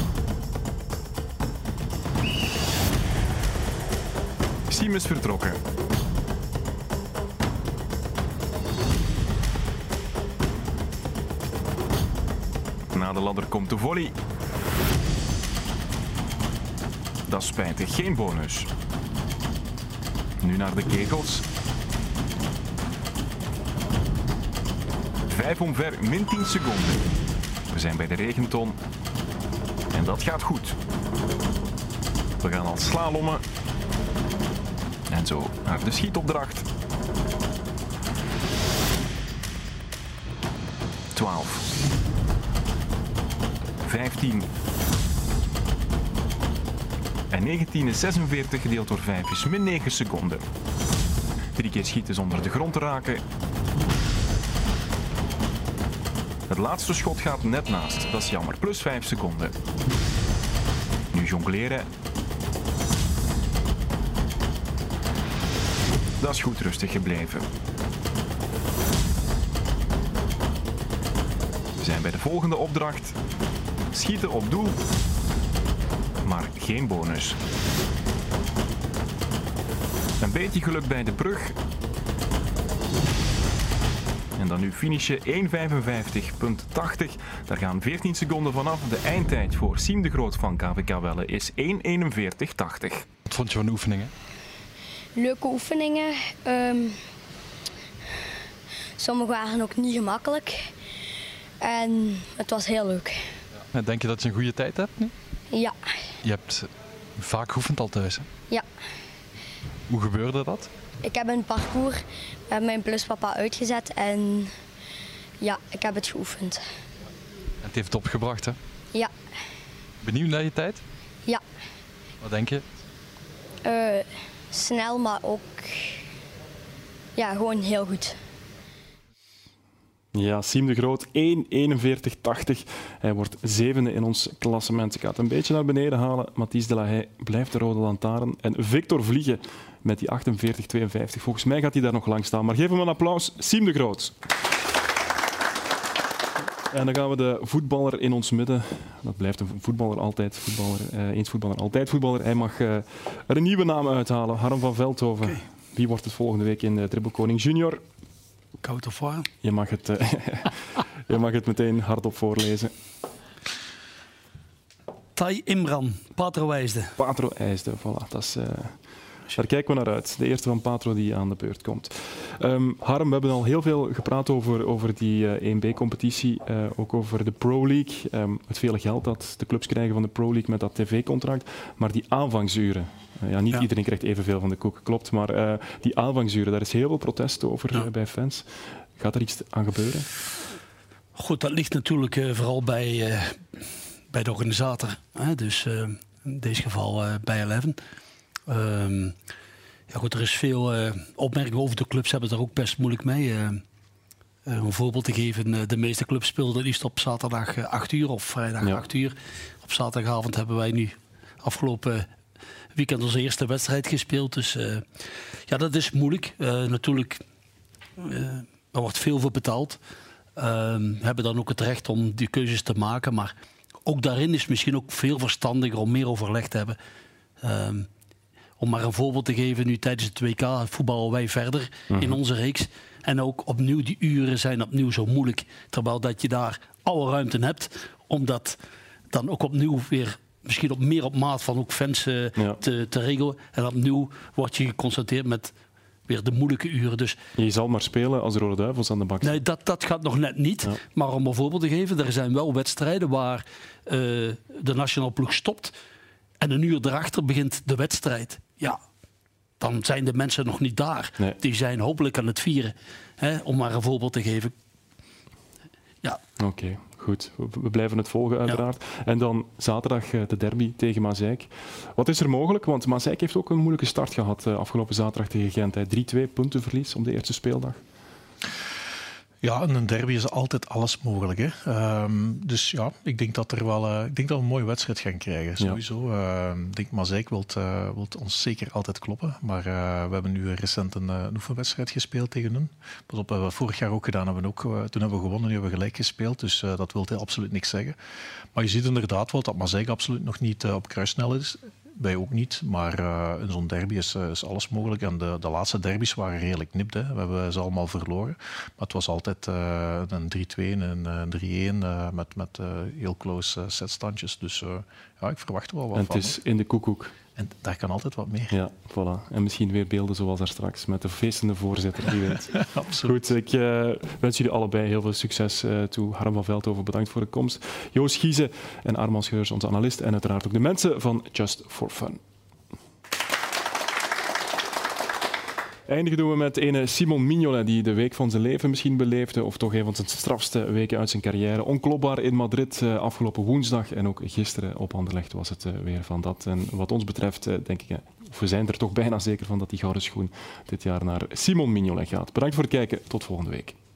Siem is vertrokken. Na de ladder komt de volley. Dat is spijtig, geen bonus. Nu naar de kegels. 5 omver, min 10 seconden. We zijn bij de regenton. En dat gaat goed. We gaan al slalommen. En zo naar de schietopdracht. 12. 15. En 19 is 46 gedeeld door 5 is min 9 seconden. 3 keer schieten zonder de grond te raken. Het laatste schot gaat net naast, dat is jammer, plus 5 seconden. Nu jongleren. Dat is goed rustig gebleven. We zijn bij de volgende opdracht. Schieten op doel, maar geen bonus. Een beetje geluk bij de brug. En dan nu finishen 1:55.80. Daar gaan 14 seconden vanaf. De eindtijd voor Siem de Groot van KVK Welle is 1:41.80. Wat vond je van de oefeningen? Leuke oefeningen. Sommige waren ook niet gemakkelijk. En het was heel leuk. Ja. Denk je dat je een goede tijd hebt nu? Ja. Je hebt vaak geoefend al thuis, hè? Ja. Hoe gebeurde dat? Ik heb een parcours met mijn pluspapa uitgezet en ja, ik heb het geoefend. En het heeft het opgebracht, hè? Ja. Benieuwd naar je tijd? Ja. Wat denk je? Snel, maar ook ja, gewoon heel goed. Ja, Siem de Groot, 1:41.80. Hij wordt 7e in ons klassement. Ik ga het een beetje naar beneden halen. Mathis de La Haye blijft de rode lantaarn. En Victor Vliegen met die 48.52. Volgens mij gaat hij daar nog lang staan. Maar geef hem een applaus, Siem de Groot. En dan gaan we de voetballer in ons midden. Dat blijft een voetballer, altijd voetballer. Eens voetballer, altijd voetballer. Hij mag er een nieuwe naam uithalen. Harm van Veldhoven. Okay. Wie wordt het volgende week in de Dribbel Koning Junior? Koud of warm? Je mag het meteen hardop voorlezen. Tai Imran, Patro IJsde. Patro IJsde, voilà. Dat is, daar kijken we naar uit. De eerste van Patro die aan de beurt komt. Harm, we hebben al heel veel gepraat over die 1B-competitie. Ook over de Pro League. Het vele geld dat de clubs krijgen van de Pro League met dat tv-contract. Maar die aanvangsuren. Niet iedereen krijgt evenveel van de koek, klopt. Maar die aanvangsuren, daar is heel veel protest over bij fans. Gaat er iets aan gebeuren? Goed, dat ligt natuurlijk vooral bij de organisator. Dus in deze geval bij Eleven. Goed, er is veel opmerkingen over de clubs, hebben er ook best moeilijk mee. Om een voorbeeld te geven, de meeste clubs speelden liefst op zaterdag 8 uur of vrijdag 8 uur. Op zaterdagavond hebben wij nu afgelopen weekend onze eerste wedstrijd gespeeld. Dus dat is moeilijk. Natuurlijk, er wordt veel voor betaald. We hebben dan ook het recht om die keuzes te maken. Maar ook daarin is misschien ook veel verstandiger om meer overleg te hebben. Om maar een voorbeeld te geven, nu tijdens het WK voetballen wij verder in onze reeks. En ook opnieuw, die uren zijn opnieuw zo moeilijk. Terwijl dat je daar alle ruimte hebt om dat dan ook opnieuw weer misschien meer op maat van ook fans te regelen. En opnieuw word je geconstateerd met weer de moeilijke uren. Dus je zal maar spelen als de Rode Duivels aan de bak zijn. Nee, dat gaat nog net niet. Ja. Maar om een voorbeeld te geven, er zijn wel wedstrijden waar de nationale ploeg stopt. En een uur erachter begint de wedstrijd. Ja, dan zijn de mensen nog niet daar. Nee. Die zijn hopelijk aan het vieren. Om maar een voorbeeld te geven. Ja. Oké, goed. We blijven het volgen uiteraard. Ja. En dan zaterdag de derby tegen Maaseik. Wat is er mogelijk? Want Maaseik heeft ook een moeilijke start gehad afgelopen zaterdag tegen Gent. 3-2 puntenverlies op de eerste speeldag. Ja, in een derby is altijd alles mogelijk. Hè. Dus ja, ik denk dat we een mooie wedstrijd gaan krijgen. Sowieso. Ik denk Maaseik wil ons zeker altijd kloppen. Maar we hebben nu recent een oefenwedstrijd gespeeld tegen hen. Pas op, hebben we vorig jaar ook gedaan. Toen hebben we gewonnen, nu hebben we gelijk gespeeld. Dus dat wil absoluut niks zeggen. Maar je ziet inderdaad wel dat Maaseik absoluut nog niet op kruissnel is. Wij ook niet, maar in zo'n derby is alles mogelijk. En de laatste derbies waren redelijk nipt. Hè. We hebben ze allemaal verloren. Maar het was altijd een 3-2 en een 3-1 met heel close setstandjes. Dus ik verwacht er wel wat van. En het is in de koekoek. En daar kan altijd wat meer. Ja, voilà. En misschien weer beelden zoals daar straks met de feestende voorzitter, wie weet. Absoluut. Goed, ik wens jullie allebei heel veel succes toe. Harm van Veldhoven, bedankt voor de komst. Joost Giese en Armand Scheurs, onze analist. En uiteraard ook de mensen van Just for Fun. Eindigen doen we met ene Simon Mignolet, die de week van zijn leven misschien beleefde, of toch een van zijn strafste weken uit zijn carrière. Onklopbaar in Madrid afgelopen woensdag en ook gisteren op Anderlecht was het weer van dat. En wat ons betreft denk ik, we zijn er toch bijna zeker van dat die gouden schoen dit jaar naar Simon Mignolet gaat. Bedankt voor het kijken, tot volgende week.